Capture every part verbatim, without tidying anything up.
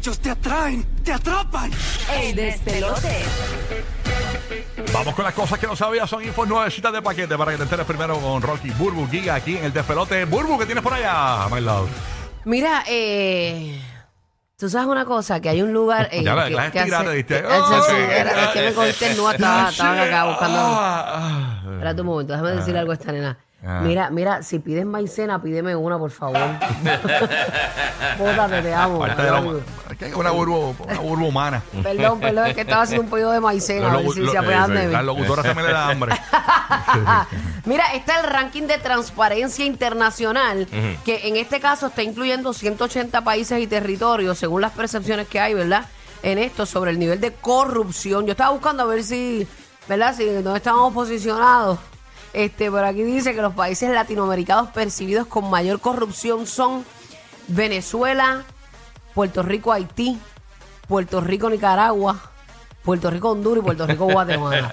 Ellos te atraen, te atrapan. El despelote. Vamos con las cosas que no sabías. Son infos nuevecitas de paquete para que te enteres primero con Rocky, Burbu, Giga aquí en el despelote. Burbu, ¿qué tienes por allá? My love. Mira, eh... tú sabes una cosa, que hay un lugar... Eh, ya la que, clase que tirada, hace- ¿viste? que- eh, sí, sí, era- es que me cogiste el nudo, estaba, estaban acá buscando... Ah, Espérate un momento, déjame decirle algo a esta nena. Ah. Mira, mira, si pides maicena, pídeme una, por favor. Bótate, te amo. Falta de lo- es que hay una burbu, una burbu humana. Perdón, perdón, es que estaba haciendo un pedido de maicena, a Los ver si locu- se lo- apean eh, de mí. Las locutoras también le da hambre. Mira, está el ranking de transparencia internacional, que en este caso está incluyendo ciento ochenta países y territorios, según las percepciones que hay, ¿verdad? En esto, sobre el nivel de corrupción. Yo estaba buscando a ver si, ¿verdad? Si no estábamos posicionados. Este, por aquí dice que los países latinoamericanos percibidos con mayor corrupción son Venezuela, Puerto Rico, Haití, Puerto Rico, Nicaragua, Puerto Rico, Honduras y Puerto Rico, Guatemala.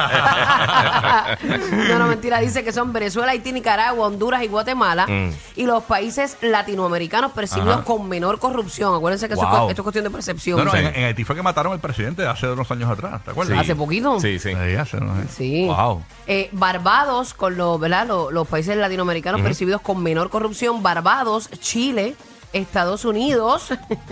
No, no, mentira. Dice que son Venezuela, Haití, Nicaragua, Honduras y Guatemala. Mm. Y los países latinoamericanos percibidos Ajá. con menor corrupción. Acuérdense que eso es Wow. cu- esto es cuestión de percepción. No, no, Sí. en, en Haití fue que mataron al presidente hace unos años atrás, ¿te acuerdas? ¿Hace poquito? Sí, sí. Sí, hace unos años. Sí. Wow. Eh, Barbados, con los, ¿verdad? Los, los países latinoamericanos percibidos con menor corrupción. Barbados, Chile, Estados Unidos,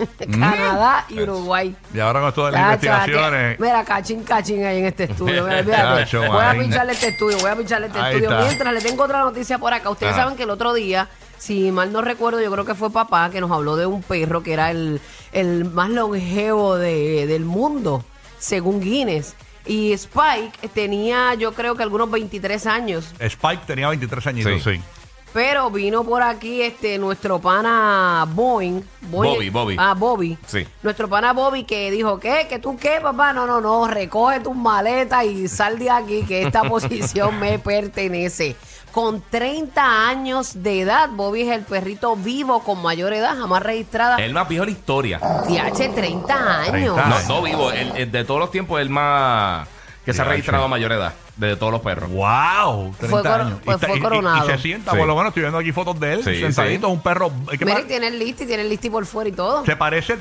Canadá y Uruguay. Y ahora con esto de las Chacho, investigaciones. aquí- Mira, cachín, cachín ahí en este estudio. Mira, fíjate. Chacho, Voy a Marina. pincharle este estudio, voy a pincharle este Ahí estudio. está. Mientras le tengo otra noticia por acá. Ustedes Ajá. saben que el otro día, si mal no recuerdo, yo creo que fue papá que nos habló de un perro que era el, el más longevo de- del mundo, según Guinness. Y Spike tenía, yo creo que algunos veintitrés años. Spike tenía veintitrés añitos, sí. Sí. Pero vino por aquí este nuestro pana Boeing. Boeing- Bobby, Bobby. Ah, Bobby. Sí. Nuestro pana Bobby que dijo, ¿qué? ¿Que tú qué, papá? No, no, no, recoge tus maletas y sal de aquí que esta posición me pertenece. Con treinta años de edad, Bobby es el perrito vivo con mayor edad jamás registrada. El más viejo de la historia. D H, treinta años. treinta. No, no vivo. El, el de todos los tiempos, el más que se ha Ya, registrado sí. a mayor edad. De todos los perros. ¡Wow! treinta Fue cor- años. pues está- fue y, y- coronado. y se sienta, Sí. por lo menos estoy viendo aquí fotos de él, Sí, sentadito, sí. un perro. es que Mira, pa- y tiene el listi, tiene el listi por fuera y todo. se parece.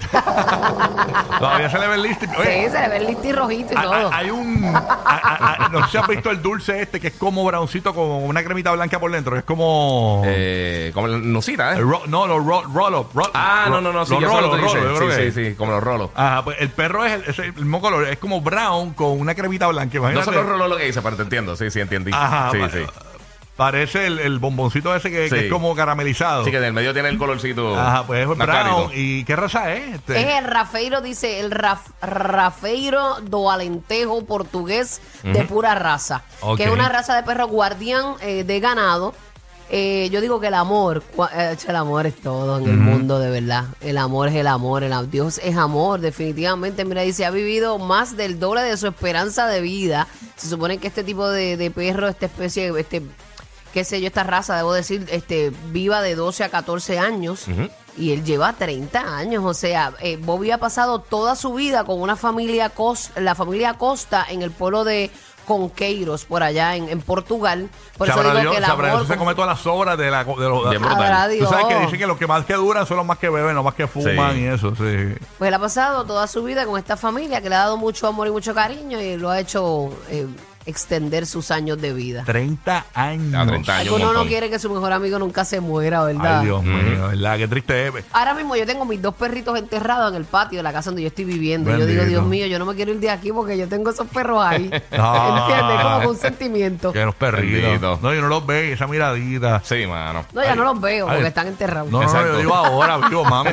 Todavía se le ve el listo. Sí, se le ve el listi rojito y Hay, todo. hay un. a- a- a- no sé si has visto el dulce este que es como browncito con una cremita blanca por dentro, que es como. Eh, como la Nusita, el ¿eh? ro- no, los ro- roll up. roll- Ah, ro- no, no, no. Sí, los ya sé lo rolos, que tú rolos, dices. yo creo Sí, que sí, es. sí, como los rolos. Ajá, pues el perro es el, es el mismo color, es como brown con una cremita blanca. No Imagínate. son los rolos lo que dice, pero te entiendo. Sí, sí, entendí. Ajá, sí, pa- sí. Parece el, el bomboncito ese que, que Sí. es como caramelizado. Sí, que del medio tiene el colorcito. Ajá, pues es más brown. clarito. ¿Y qué raza es? Este? Es el rafeiro, dice, el raf, rafeiro do alentejo portugués de pura raza. Ok. Que es una raza de perro guardián eh, de ganado. Eh, yo digo que el amor, cua- eh, el amor es todo en el mundo, de verdad. El amor es el amor, el am- Dios es amor, definitivamente. Mira, dice, ha vivido más del doble de su esperanza de vida. Se supone que este tipo de, de perro, esta especie, este, qué sé yo, esta raza, debo decir, este, viva de doce a catorce años. Y él lleva treinta años, o sea, eh, Bobby ha pasado toda su vida con una familia, cos, la familia Costa en el pueblo de Conqueiros, por allá en, en Portugal. Por eso Sabrá digo Dios, que el sabrá Dios, amor... se come todas las sobras de, la, de los... Bien brutal. Sabrá Tú Dios. sabes que dicen que los que más que duran son los más que beben, los más que fuman Sí. y eso, sí. Pues él ha pasado toda su vida con esta familia que le ha dado mucho amor y mucho cariño y lo ha hecho eh, extender sus años de vida. treinta años. Ah, treinta años. Porque uno un no montón. quiere que su mejor amigo nunca se muera, ¿verdad? Ay, Dios mío, ¿verdad? Qué triste es. Ahora mismo yo tengo mis dos perritos enterrados en el patio de la casa donde yo estoy viviendo. Y yo digo, Bendito. Dios mío, yo no me quiero ir de aquí porque yo tengo esos perros ahí. Ah. ¿Entiendes? Como con un sentimiento. Que los perritos. Bendito. No, yo no los veo, esa miradita. Sí, mano. No, ya no los veo porque Ay. están enterrados. No, no, Exacto. yo digo ahora, vivo, mami.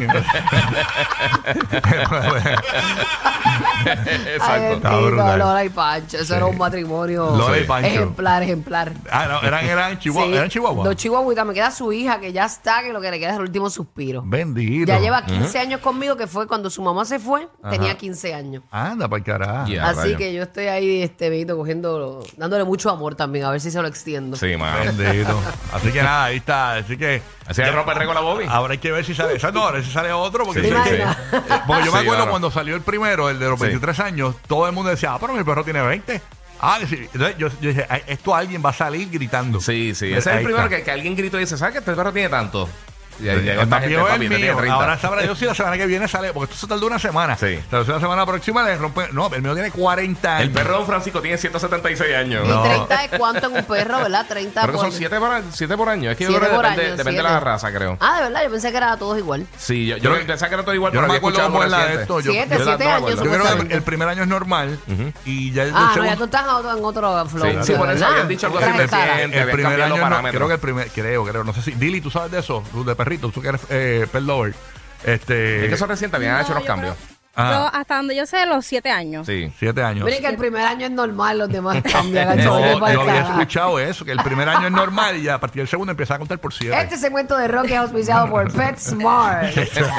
Ay, Exacto. Está bendito, brutal. Lola y Pancho. Eso era un matrimonio Lola y Pancho. ejemplar, ejemplar. Ah, no, eran, eran en Chihuahua. Sí, ¿Eran en Chihuahua? Dos chihuahuitas. Me queda su hija, que ya está, que lo que le queda es el último suspiro. Bendito. Ya lleva quince años conmigo, que fue cuando su mamá se fue, tenía quince años. Anda, para el carajo. Yeah. Así rayo. que yo estoy ahí, este, Benito, cogiendo, dándole mucho amor también, a ver si se lo extiendo. Sí, mano. Bendito. Así que nada, ahí está. Así que. Así que rompe el récord la Bobby. Ahora hay que ver si sale. O sea, no, ahora si sale otro. Porque, Sí, sé sí, que- sí. eh, porque yo me Sí, acuerdo claro. cuando salió el primero, el de los Sí. veintitrés años, todo el mundo decía, ah, pero mi perro tiene veinte. Ah, sí. Entonces yo, yo dije, "Ay, esto alguien va a salir gritando. Sí, sí. Ahí Ese es el primero está. que, que alguien gritó y dice, ¿sabes que este perro tiene tanto? Y ahí llegó el esta más gente, viejo es papi, el te tiene mío. treinta. Ahora sabrá yo si la semana que viene sale, porque esto se tarda una semana. Sí. Entonces la semana próxima le rompe. No, el mío tiene cuarenta años. El perro de Don Francisco tiene ciento setenta y seis años. ¿Y No. treinta es cuánto en un perro, verdad? treinta Creo que por... son siete por, siete por año. Es que yo Siete creo que por depende, año, depende de siete. la raza, creo. Ah, de verdad, yo pensé que era todos igual. Sí, yo, Yo yo no- pensaba que era todo igual, Yo no pero me había acuerdo escuchado cómo muy es la de reciente. esto. Yo, Siete, yo- siete no me años acuerdo. yo creo que supuestamente. el primer año es normal y ya el Ah, no, segundo. ya tú estás en otro, en otro flow. Sí, sí, por eso ¿verdad? habían dicho algo Otra así escala. reciente. el habían primer cambiado año los no, parámetros. creo que el primer, creo, creo, no sé si, Dili, ¿tú sabes de eso? Luz de perrito, tú que eres eh, pet lover. Este, Es que eso reciente habían No, hecho unos yo cambios. ah, Yo, hasta donde yo sé, los siete años. Sí. siete años. Miren que el primer año es normal, los demás cambian. gacho, No, vete pa'l yo había carajo. escuchado eso, que el primer año es normal y ya a partir del segundo empieza a contar por siete. Este segmento de Rocky es auspiciado por PetSmart.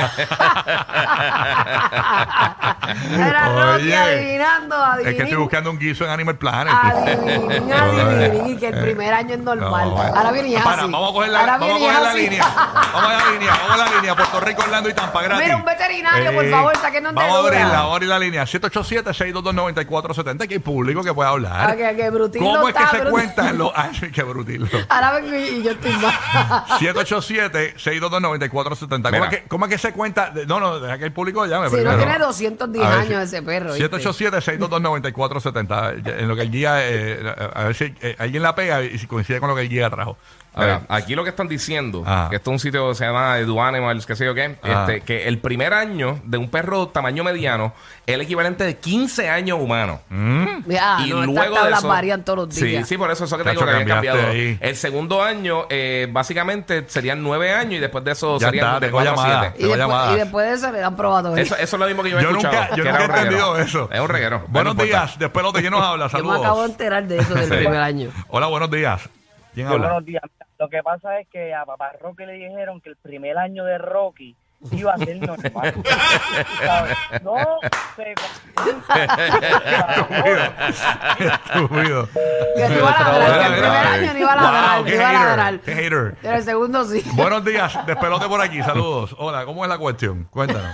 Era Rocky Oye, adivinando, Es adivinín. que estoy buscando un guiso en Animal Planet. Adivinín, adivinín, y que el primer año es normal. No, bueno. Ahora viene y es Para, así. vamos a coger la, Ahora vamos a viene y es coger la así. línea. Vamos a la línea, vamos a la línea. Puerto Rico, Orlando y Tampa, gratis. Mira, un veterinario, por favor, sáquenos de Vamos a duda. abrirla, vamos a abrir la línea. siete ocho siete, seis dos dos, nueve cuatro siete cero. Que hay público que pueda hablar. Ok, ok, Brutilo ¿Cómo es que está, se Brutilo. cuentan los años? Qué brutilo. Ahora vengo y, y yo estoy mal. siete ocho siete, seis dos dos, nueve cuatro siete cero. ¿Cómo, Mira. es que, ¿Cómo es que se cuenta? No, no, deja que el público llame Si no primero. tiene doscientos diez A ver, años ese perro. ¿viste? siete ocho siete, seis dos dos, nueve cuatro siete cero. En lo que el guía, eh, a ver si eh, alguien la pega y si coincide con lo que el guía trajo. A ver, aquí lo que están diciendo, Ajá. que esto es un sitio que se llama Edu Animals, qué sé yo qué, Ajá. este, que el primer año de un perro tamaño mediano es el equivalente de quince años humanos. Ya, y no, luego estas de tablas eso, varían todos los sí, días. sí, por eso eso que te Chacho, digo que habían cambiaste cambiado. ahí. El segundo año, eh, básicamente serían nueve años y después de eso Ya serían está, de tengo cuatro a llamada. siete. Y Tengo después, llamadas. y después de eso le dan probatoria. Eso, eso es lo mismo que yo he Yo escuchado. nunca, yo que nunca he era un reguero. entendido eso. Es un reguero. Buenos No importa. días, después lo de quién nos habla. Yo me acabo de Saludos. enterar de eso del Sí. primer año. Hola, buenos días. ¿Quién Sí, habla? buenos días. Lo que pasa es que a papá Rocky le dijeron que el primer año de Rocky iba a ser normal. ¿Sabes? No se... Estúpido. Que no iba a ladrar, que el Mira, primer mira. año no iba a ladrar, Wow, no qué iba a hater, ladrar. qué hater. Pero el segundo sí. Buenos días, despelote por aquí, saludos. Hola, ¿cómo es la cuestión? Cuéntanos.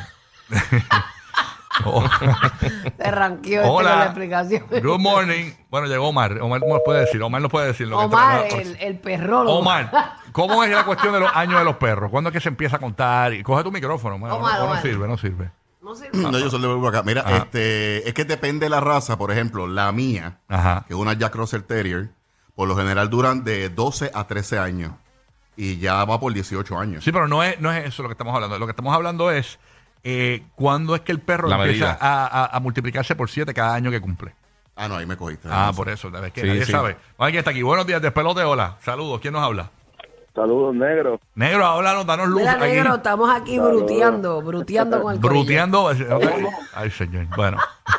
Oh. Te ranqueó este con la Hola. explicación. Good morning. Bueno, llegó Omar. Omar nos puede decir. Omar nos puede decir. Lo que Omar, tra- el, el perrólogo. Omar, ¿cómo es la cuestión de los años de los perros? ¿Cuándo es que se empieza a contar? Y coge tu micrófono. Omar, Omar, no, no Omar. sirve, no sirve. No sirve. No, yo soy de Burbu acá. Mira, Ajá. este, es que depende de la raza. Por ejemplo, la mía, Ajá. que es una Jack Russell Terrier, por lo general duran de doce a trece años. Y ya va por dieciocho años. Sí, pero no es, no es eso lo que estamos hablando. Lo que estamos hablando es eh, cuándo es que el perro La empieza medida. a, a- a multiplicarse por siete cada año que cumple. Ah, no, ahí me cogiste. Ah, No sé. por eso. Es que Sí, nadie sí. sabe. Alguien está aquí. Buenos días, despelote. Hola. Saludos. ¿Quién nos habla? Saludos, negro. Negro, háblanos, danos luz. Mira, aquí. negro, estamos aquí bruteando, bruteando con el corillo. Bruteando. Ay, señor. Bueno.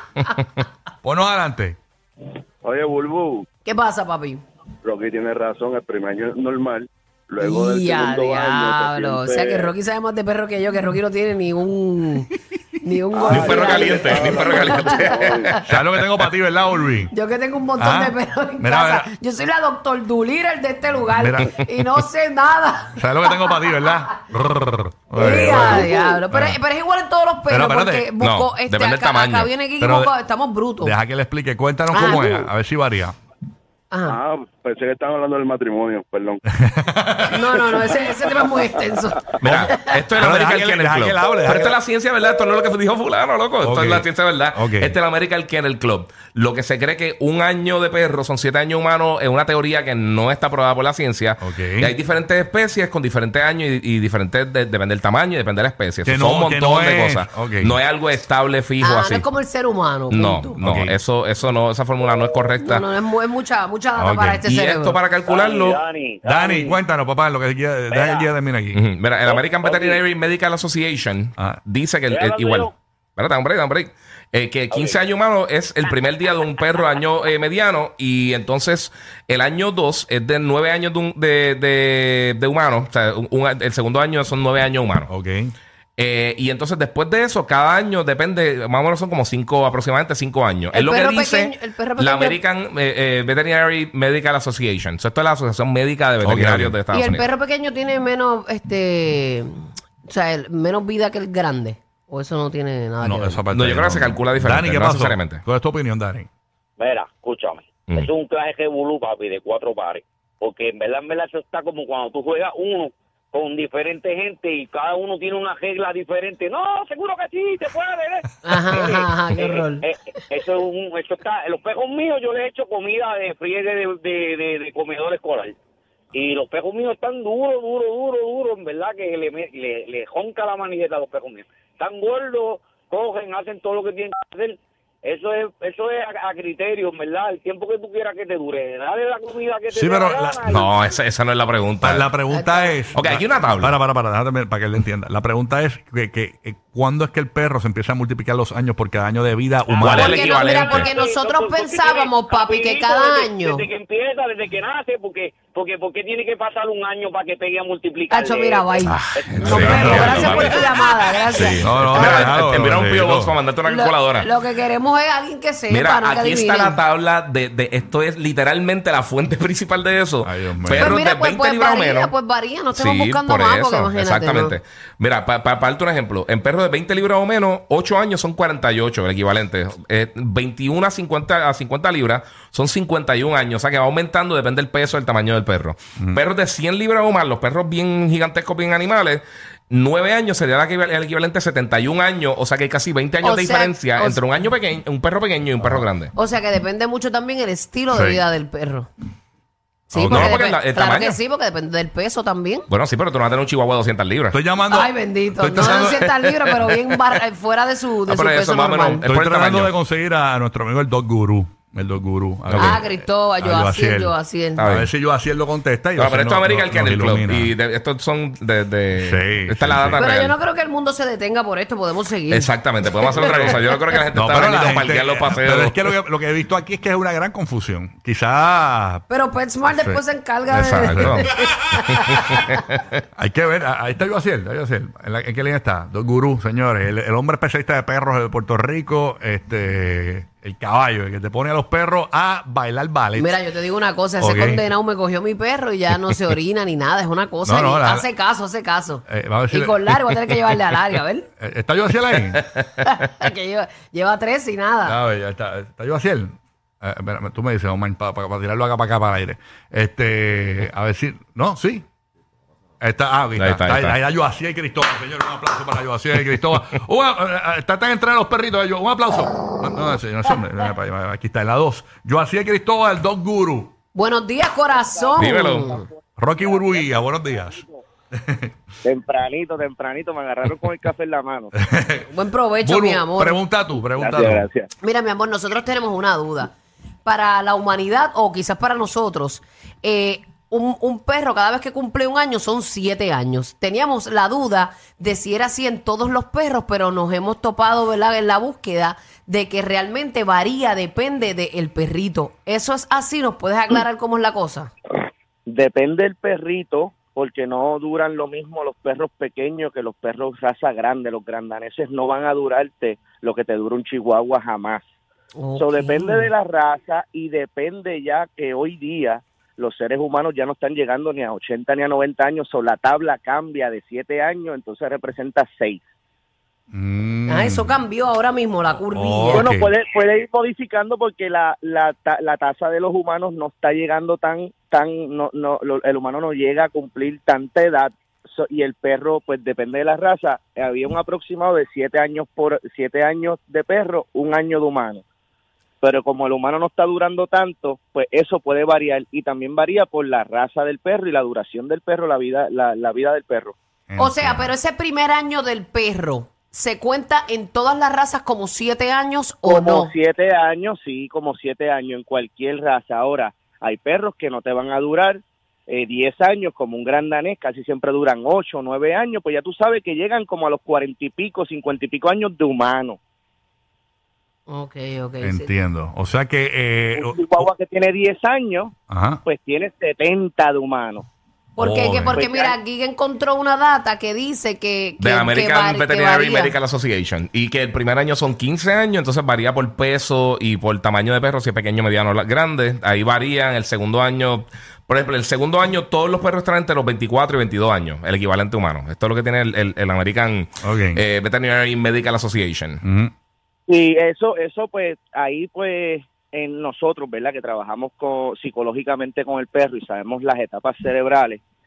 Ponos adelante. Oye, Bulbu, ¿Qué pasa, papi? Rocky tiene razón, el primer año es normal. Luego del Y a segundo año... diablo. O se sea que siente- Rocky sabe más de perro que yo, que Rocky no tiene ni un. Ni un Ni un golpe perro ahí. caliente, ni un perro caliente. ¿Sabes lo que tengo para ti, verdad, Ulvi? Yo que tengo un montón Ah, de perros en mira, casa. mira. Yo soy la doctor Doolittle de este lugar. Mira. Y no sé nada. ¿Sabes lo que tengo para ti, verdad? Rrr. Y a Bueno. diablo. Pero, Bueno. pero es igual en todos los perros. Pero espérate. Porque busco, No, este, depende del acá, tamaño. acá viene Kiki Pero Moco, de- estamos brutos. Deja que le explique. Cuéntanos Ah, cómo tú. es. A ver si varía. Ajá. Ah, pensé que estaban hablando del matrimonio, perdón. No, no, no. Ese, ese tema es muy extenso. Mira, esto es el Pero deja American que- Kennel deja Club. que él hable, deja Pero esto que- es la ciencia, ¿verdad? Esto no es lo que dijo fulano, loco. Esto Ok. es la ciencia, ¿verdad? Ok. Este es el American Kennel Club. Lo que se cree que un año de perro son siete años humanos es una teoría que no está probada por la ciencia. Ok. Y hay diferentes especies con diferentes años y, y diferentes, de- depende del tamaño y depende de la especie. Que Eso son no- un que montón no de es- cosas. ok. No es algo estable, fijo, Ah, así. no es como el ser humano. No, punto. no, Ok. eso, eso no, esa fórmula no es correcta. No, no, es, mu- es mucha, mucha data Ok. para este y cerebro. esto para calcularlo. Dani, Dani, cuéntanos, papá, lo que el guía, deja el guía termina aquí. Ujú. Mira, el American Ok. Veterinary Medical Association Ah. dice que el- ¿Estoy el- hablando igual. yo? Espérate, hombre, hombre. Eh, que quince años humanos es el primer día de un perro año eh, mediano y entonces el año dos es de nueve años de, un- de, de, de humanos. O sea, un- un- el segundo año son nueve años humanos. Ok. Eh, y entonces después de eso, cada año depende, más o menos son como cinco, aproximadamente cinco años. El es lo que perro dice pequeño- el perro la pequeño- American eh, eh, Veterinary Medical Association. O sea, esto es la Asociación Médica de Veterinarios Ok. de Estados Y el Unidos. perro pequeño tiene menos, este, o sea, el- menos vida que el grande. O eso no tiene nada No, que ver. esa parte No, yo ahí creo que se calcula diferente, Dani, ¿qué no pasó? necesariamente. ¿Cuál es tu opinión, Dani? Mira, escúchame. Mm. Es un traje bulú, papi, de cuatro pares. Porque en verdad, en verdad, eso está como cuando tú juegas uno con diferente gente y cada uno tiene una regla diferente. No, seguro que sí, se puede. ¿eh? Ajá, ajá, ajá, qué Eh, horror. eh, eh, eso es un, eso está, los pejos míos yo les he hecho comida de friegue de, de, de, de comedor escolar. Y los pejos míos están duros, duros, duros, duros, en verdad que le, me- le, le jonca la manigueta a los pejos míos. Están gordos, cogen, hacen todo lo que tienen que hacer. Eso es eso es a, a criterio, en verdad, el tiempo que tú quieras que te dure. Dale la comida que te Sí, dé pero la la- gana y- No, esa, esa no es la pregunta. La pregunta es. Ok, aquí una tabla. Para, para, para, déjame para que él entienda. La pregunta es que, que, eh, ¿cuándo es que el perro se empieza a multiplicar los años por cada año de vida ¿Cuál humana? es el Porque, no, mira, equivalente? porque nosotros Entonces, pensábamos, papi, que rapidito, cada desde- año... Desde que empieza, desde que nace, porque porque porque tiene que pasar un año para que pegue a multiplicar. Cacho, mira, bye. Ah, Nos sí, vemos. no, Gracias no, por no, tu no. llamada. Gracias. Sí. No, no, Mira, déjalo, te enviaron un P O Box Rodrigo. para mandarte una Lo- calculadora. Lo, que queremos es alguien que sepa, Mira, no que aquí está adivinen. la tabla de, de esto es literalmente la fuente principal de eso. Ay, Dios mío. Pues Perros mira, de pues, veinte pues libras o varía, menos. pues varía, no estamos Sí, buscando por más, eso, porque imagínate, exactamente. ¿no? Mira, para pa, darte un ejemplo, en perros de veinte libras o menos, ocho años son cuarenta y ocho, el equivalente. Eh, veintiuno a cincuenta, a cincuenta libras son cincuenta y un años, o sea que va aumentando, depende del peso, del tamaño del perro. Perros de cien libras o más, los perros bien gigantescos, bien animales, nueve años sería el equival- el equivalente a setenta y un años, o sea que hay casi veinte años O de sea, diferencia o entre un año pequeño, un perro pequeño y un perro grande. O sea que depende mucho también el estilo de Sí. vida del perro. Sí, Ok. porque, No, porque depe- la- el claro tamaño. que sí, porque depende del peso también. Bueno, sí, pero tú no vas a tener un chihuahua de doscientas libras. Estoy llamando. Ay, bendito. Estoy No tratando, de ciertas libras, pero bien bar- fuera de su, de Ah, su pero peso eso más o menos normal. es por estoy el tratando tamaño. de conseguir a nuestro amigo el Dog Guru. El Dog Guru. A ver, Ah, Cristóbal, a yo así, Yoaciel. yo así. Está A bien. ver si yo así él lo contesta. Y No, Yoaciel pero esto es nos- American nos- Kennel nos Club. ilumina. Y de- estos son de. de Sí, esta es la sí, data sí. Pero real. yo no creo que el mundo se detenga por esto, podemos seguir. Exactamente, podemos hacer otra cosa. Yo no creo que la gente No, está pero la vendiendo gente- parquear los paseos. pero es que lo, que lo que he visto aquí es que es una gran confusión. Quizás Pero PetSmart después Sí. se encarga Exacto. de... hay que ver. Ahí está Yoaciel. Ahí está Yoaciel. ¿En, la- en qué línea está? Dog Guru, señores. El, el hombre especialista de perros de Puerto Rico. Este, el caballo, el que te pone a los perros a bailar ballet. Mira, yo te digo una cosa, ese Ok. condenado me cogió mi perro y ya no se orina ni nada, es una cosa. No, no, y la- hace caso, hace caso. Eh, vamos a y decirle- con Larry voy a tener que llevarle al área, a ver. Eh, ¿Está Yoaciel ahí? que lleva, lleva tres y nada. A ver, ya está. ¿Está Yoaciel? Eh, espera, tú me dices, Omar, para tirarlo acá para acá para el aire. Este, a ver si. No, sí. Está, ah, aquí Ahí está. está, ahí Ahí está. está Yoaciel Cristóbal, señores. Un aplauso para Yoaciel Cristóbal. Una, eh, está, están entrando los perritos. eh, yo- Un aplauso. No, no, señor, ese hombre, ven para allá, aquí está, en la dos. Yoaciel Cristóbal, Dog Guru. Buenos días, corazón. Dímelo. Rocky Burbuía, buenos días. Tempranito, tempranito, me agarraron con el café en la mano. Buen provecho, Burbu, mi amor. pregunta tú, pregunta Gracias, tú. gracias. Mira, mi amor, nosotros tenemos una duda. Para la humanidad, o quizás para nosotros, eh, un, un perro cada vez que cumple un año son siete años. Teníamos la duda de si era así en todos los perros, pero nos hemos topado, ¿verdad?, en la búsqueda de que realmente varía, depende del perrito. ¿Eso es así? ¿Nos puedes aclarar cómo es la cosa? Depende del perrito, porque no duran lo mismo los perros pequeños que los perros raza grande. Los grandaneses no van a durarte lo que te dura un chihuahua jamás. So, Ok. depende de la raza y depende ya que hoy día los seres humanos ya no están llegando ni a ochenta ni a noventa años. So, la tabla cambia de siete años, entonces representa seis. Mm. Ah, eso cambió ahora mismo, la curvilla. Oh. Bueno, Ok. puede, puede ir modificando porque la, la, ta- la tasa de los humanos no está llegando tan, tan no, no, lo- el humano no llega a cumplir tanta edad. So, y el perro, pues depende de la raza. Había un aproximado de siete años por siete años de perro, un año de humano. Pero como el humano no está durando tanto, pues eso puede variar y también varía por la raza del perro y la duración del perro, la vida, la, la vida del perro. O sea, pero ese primer año del perro, ¿se cuenta en todas las razas como siete años o Como no? siete años, sí, como siete años en cualquier raza. Ahora, hay perros que no te van a durar eh, diez años, como un gran danés, casi siempre duran ocho, nueve años, pues ya tú sabes que llegan como a los cuarenta y pico, cincuenta y pico años de humano. Ok, ok. sí. Entiendo. O sea que. Eh, Un chihuahua que tiene diez años, ajá. pues tiene setenta de humano. Porque, Oh, que, porque pues mira, ya- Giga encontró una data que dice que, que, De que American vari- que Veterinary varía. Medical Association. Y que el primer año son quince años, entonces varía por peso y por tamaño de perro, si es pequeño, mediano o grande. Ahí varían. El segundo año, por ejemplo, el segundo año todos los perros están entre los veinticuatro y veintidós años, el equivalente humano. Esto es lo que tiene el, el, el American Ok. eh, Veterinary Medical Association. Ujú. Y eso, eso pues, ahí pues, en nosotros, ¿verdad? Que trabajamos con, psicológicamente con el perro y sabemos las etapas cerebrales,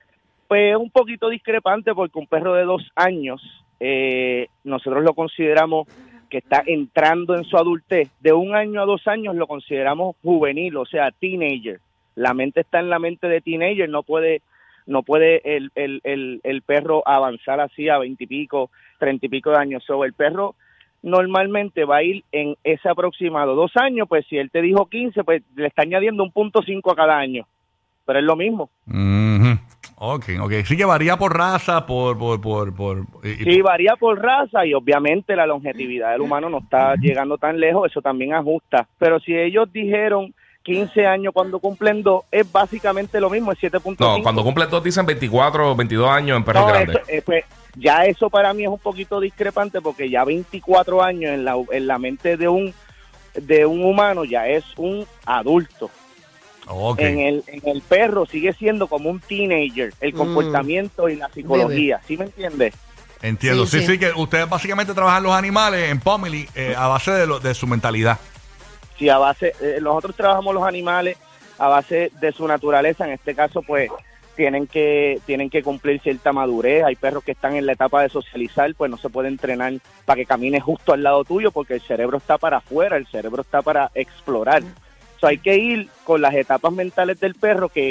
Pues es un poquito discrepante porque un perro de dos años, eh, nosotros lo consideramos que está entrando en su adultez. De un año a dos años lo consideramos juvenil, o sea, teenager. La mente está en la mente de teenager, no puede no puede el, el, el, el perro avanzar así a veintipico, treinta y pico de años. So, el perro normalmente va a ir en ese aproximado. Dos años, pues si él te dijo quince, pues le está añadiendo un punto cinco a cada año. Pero es lo mismo. Mm-hmm. Ok, ok. Sí que varía por raza, por... por, por, por y, sí, varía por raza y obviamente la longevidad del humano no está llegando tan lejos, eso también ajusta. Pero si ellos dijeron quince años cuando cumplen dos, es básicamente lo mismo, es siete punto cinco. No, cuando cumplen dos dicen veinticuatro o veintidós años en perros no, grandes. Eso, eh, pues, ya eso para mí es un poquito discrepante porque ya veinticuatro años en la, en la mente de un, de un humano ya es un adulto. Okay. En el en el perro sigue siendo como un teenager, el comportamiento mm. y la psicología, Bebe. ¿Sí me entiendes? Entiendo, sí sí, sí, sí, que ustedes básicamente trabajan los animales en Pomely eh, a base de, lo, de su mentalidad. Sí, a base, eh, nosotros trabajamos los animales a base de su naturaleza, en este caso pues tienen que tienen que cumplir cierta madurez, hay perros que están en la etapa de socializar, pues no se puede entrenar para que camine justo al lado tuyo porque el cerebro está para afuera, el cerebro está para explorar. So, hay que ir con las etapas mentales del perro que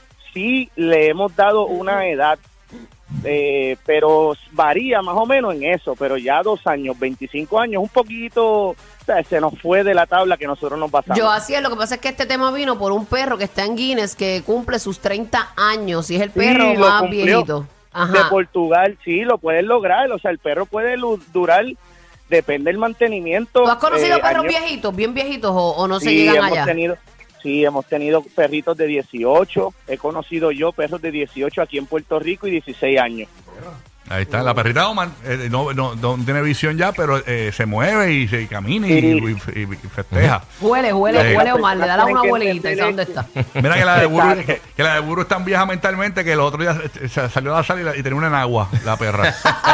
sí le hemos dado una edad, eh, pero varía más o menos en eso, pero ya dos años, veinticinco años, un poquito, o sea, se nos fue de la tabla que nosotros nos basamos. Yo así es, lo que pasa es que este tema vino por un perro que está en Guinness que cumple sus treinta años y es el perro sí, más cumplió. viejito. Ajá. De Portugal, sí, lo puedes lograr, o sea, el perro puede durar... Depende del mantenimiento. ¿Tú has conocido eh, perros años, viejitos, bien viejitos o, o no se sí, llegan hemos allá? Tenido, sí, hemos tenido perritos de dieciocho. He conocido yo perros de dieciocho aquí en Puerto Rico y dieciséis años. Ahí está, la perrita Oman eh, no, no, no tiene visión ya, pero eh, se mueve y se camina y, y, y, y festeja. Huele, huele, Eh, huele Omar, le da una que vuelita y sabe dónde está. Mira que la de Buru, que, que la de Buru es tan vieja mentalmente que el otro día se- se salió a la sala y, la- y tenía una enagua, la perra.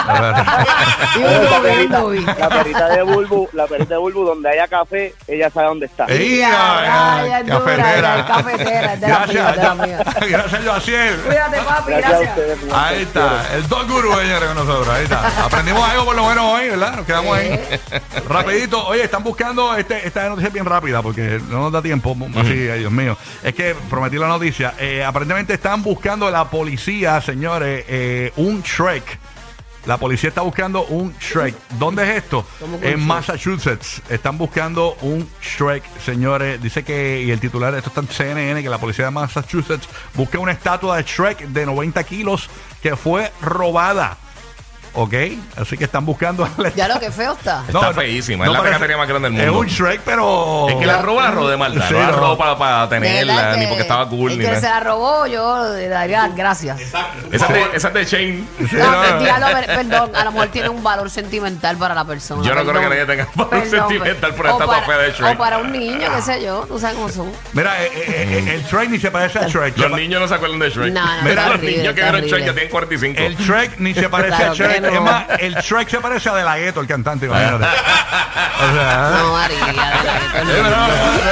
Y un la, Bobby, un perrita, Bobby. la perrita de Bulbu, la perrita de Bulbu, donde haya café, ella sabe dónde está. Ey, Ya, ay, ya, es dura, cafetera. ya, es cafetera, es de la Gracias, mía, es de la mía. gracias, Joaciel. Cuídate, papi, Gracias a gracias. ustedes. mi Ahí gente, está, el Dog Guru, señores, con nosotros. Ahí está. Aprendimos algo por lo menos hoy, ¿verdad? Nos quedamos ahí. Rapidito. Oye, están buscando, este, esta noticia es bien rápida porque no nos da tiempo. Así, ay, Dios mío. Es que prometí la noticia. Eh, aparentemente están buscando la policía, señores, eh, un Shrek. La policía está buscando un Shrek. ¿Dónde es esto? ¿Cómo que un En Shrek? Massachusetts. Están buscando un Shrek, señores. Dice que, y el titular, esto está en C N N, que la policía de Massachusetts busca una estatua de Shrek de noventa kilos que fue robada. ¿Ok? Así que están buscando... la Ya lo que feo está. Está feísima, es la parece- pegatería más grande del Es mundo. un Shrek, pero... Es que la roba, la robó de maldad. Sí, no la no. robó para, para De tenerla, verdad ni que porque estaba cool. el Ni que se nada. la robó, yo le daría gracias. Esa es de, esa es de Shane. Sí, No, no, no. dígalo, a ver, perdón, a lo mejor tiene un valor sentimental para la persona. Yo no creo perdón. que nadie tenga valor Perdón, sentimental por o esta para- fea de Shrek. O para un niño, qué sé yo, tú sabes cómo son. Mira, eh, eh, eh, el Shrek ni se parece a Shrek. Los Se pa- niños no se acuerdan de Shrek. No, no, Mira, está los horrible, niños que está vieron Shrek horrible. ya tienen cuarenta y cinco. El Shrek ni se parece Claro a Shrek. que no. Es más, el Shrek se parece a De La Ghetto, el cantante. Imagínate. O sea, No, María, de la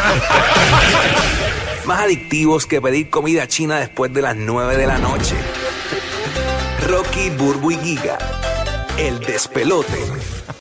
que Más adictivos que pedir comida china después de las nueve de la noche. Rocky, Burbu y Giga. El despelote.